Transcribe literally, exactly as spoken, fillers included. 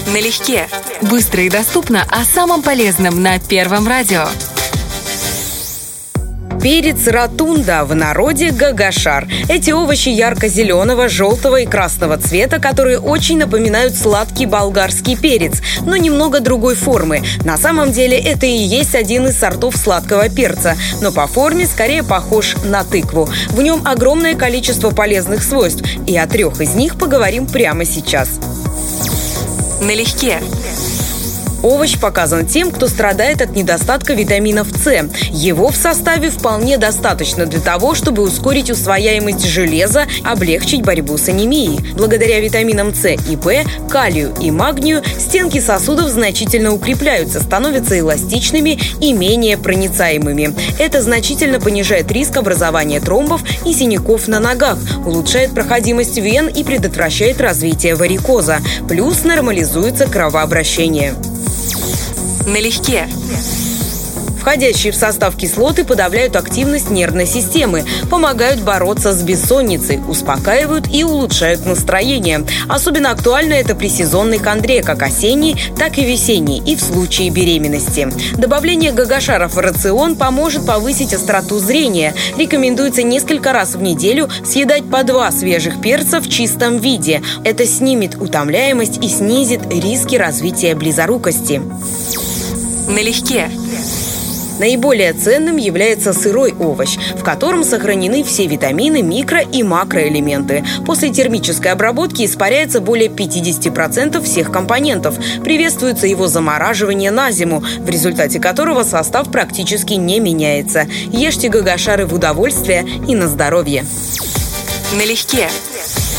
Налегке. Быстро и доступно о самом полезном на Первом радио. Перец ротунда, в народе гагашар. Эти овощи ярко-зеленого, желтого и красного цвета, которые очень напоминают сладкий болгарский перец, но немного другой формы. На самом деле это и есть один из сортов сладкого перца, но по форме скорее похож на тыкву. В нем огромное количество полезных свойств, и о трех из них поговорим прямо сейчас. Налегке. Овощ показан тем, кто страдает от недостатка витаминов С. Его в составе вполне достаточно для того, чтобы ускорить усвояемость железа, облегчить борьбу с анемией. Благодаря витаминам С и В, калию и магнию стенки сосудов значительно укрепляются, становятся эластичными и менее проницаемыми. Это значительно понижает риск образования тромбов и синяков на ногах, улучшает проходимость вен и предотвращает развитие варикоза. Плюс нормализуется кровообращение. Налегке. Входящие в состав кислоты подавляют активность нервной системы, помогают бороться с бессонницей, успокаивают и улучшают настроение. Особенно актуально это при сезонной хандре, как осенней, так и весенней, и в случае беременности. Добавление гагашаров в рацион поможет повысить остроту зрения. Рекомендуется несколько раз в неделю съедать по два свежих перца в чистом виде. Это снимет утомляемость и снизит риски развития близорукости. Налегке. Наиболее ценным является сырой овощ, в котором сохранены все витамины, микро- и макроэлементы. После термической обработки испаряется более пятьдесят процентов всех компонентов. Приветствуется его замораживание на зиму, в результате которого состав практически не меняется. Ешьте гагашары в удовольствие и на здоровье. Налегке.